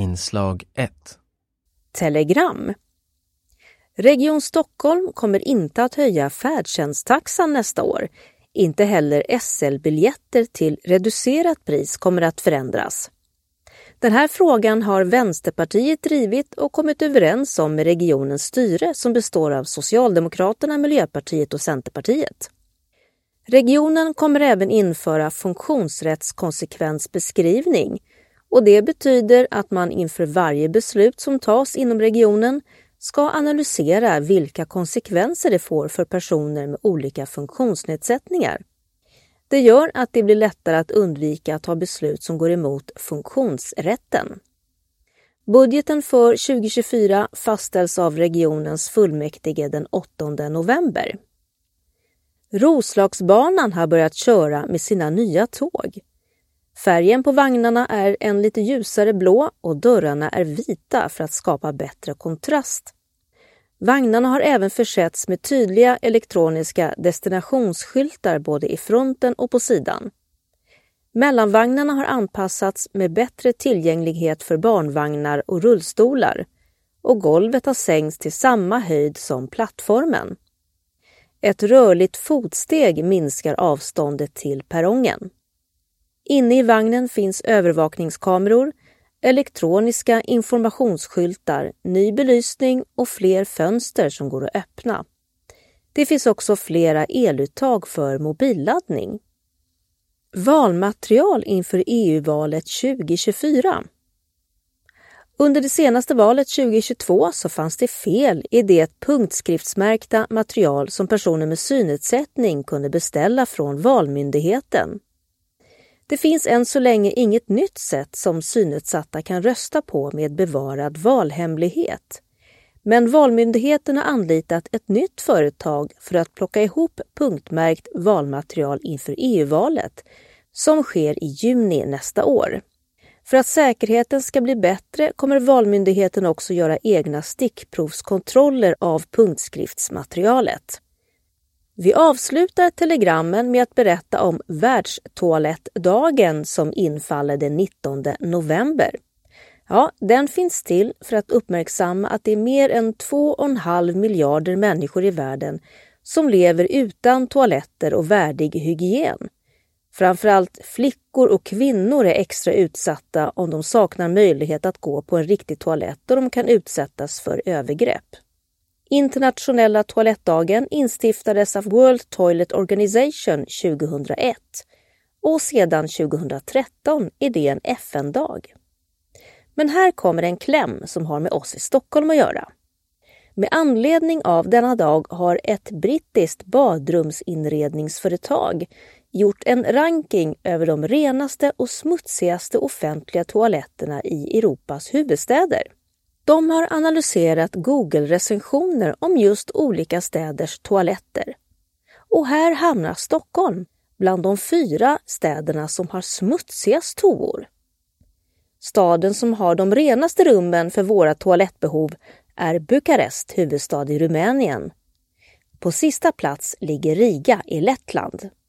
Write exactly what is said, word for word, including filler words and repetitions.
Inslag ett. Telegram. Region Stockholm kommer inte att höja färdtjänsttaxan nästa år. Inte heller S L-biljetter till reducerat pris kommer att förändras. Den här frågan har Vänsterpartiet drivit och kommit överens om med regionens styre som består av Socialdemokraterna, Miljöpartiet och Centerpartiet. Regionen kommer även införa funktionsrättskonsekvensbeskrivning och det betyder att man inför varje beslut som tas inom regionen ska analysera vilka konsekvenser det får för personer med olika funktionsnedsättningar. Det gör att det blir lättare att undvika att ta beslut som går emot funktionsrätten. Budgeten för tjugo tjugofyra fastställs av regionens fullmäktige den åttonde november. Roslagsbanan har börjat köra med sina nya tåg. Färgen på vagnarna är en lite ljusare blå och dörrarna är vita för att skapa bättre kontrast. Vagnarna har även försetts med tydliga elektroniska destinationsskyltar både i fronten och på sidan. Mellanvagnarna har anpassats med bättre tillgänglighet för barnvagnar och rullstolar och golvet har sänkts till samma höjd som plattformen. Ett rörligt fotsteg minskar avståndet till perrongen. Inne i vagnen finns övervakningskameror, elektroniska informationsskyltar, ny belysning och fler fönster som går att öppna. Det finns också flera eluttag för mobilladdning. Valmaterial inför E U-valet tjugo tjugofyra. Under det senaste valet tjugo tjugotvå så fanns det fel i det punktskriftsmärkta material som personer med synnedsättning kunde beställa från Valmyndigheten. Det finns än så länge inget nytt sätt som synnedsatta kan rösta på med bevarad valhemlighet. Men Valmyndigheten har anlitat ett nytt företag för att plocka ihop punktmärkt valmaterial inför E U-valet som sker i juni nästa år. För att säkerheten ska bli bättre kommer Valmyndigheten också göra egna stickprovskontroller av punktskriftsmaterialet. Vi avslutar telegrammen med att berätta om världstoalettdagen som infaller den nittonde november. Ja, den finns till för att uppmärksamma att det är mer än två och en halv miljarder människor i världen som lever utan toaletter och värdig hygien. Framförallt flickor och kvinnor är extra utsatta om de saknar möjlighet att gå på en riktig toalett och de kan utsättas för övergrepp. Internationella toalettdagen instiftades av World Toilet Organization tjugohundraett och sedan tjugohundratretton är det en F N-dag. Men här kommer en kläm som har med oss i Stockholm att göra. Med anledning av denna dag har ett brittiskt badrumsinredningsföretag gjort en ranking över de renaste och smutsigaste offentliga toaletterna i Europas huvudstäder. De har analyserat Google-recensioner om just olika städers toaletter. Och här hamnar Stockholm bland de fyra städerna som har smutsigast toor. Staden som har de renaste rummen för våra toalettbehov är Bukarest, huvudstad i Rumänien. På sista plats ligger Riga i Lettland.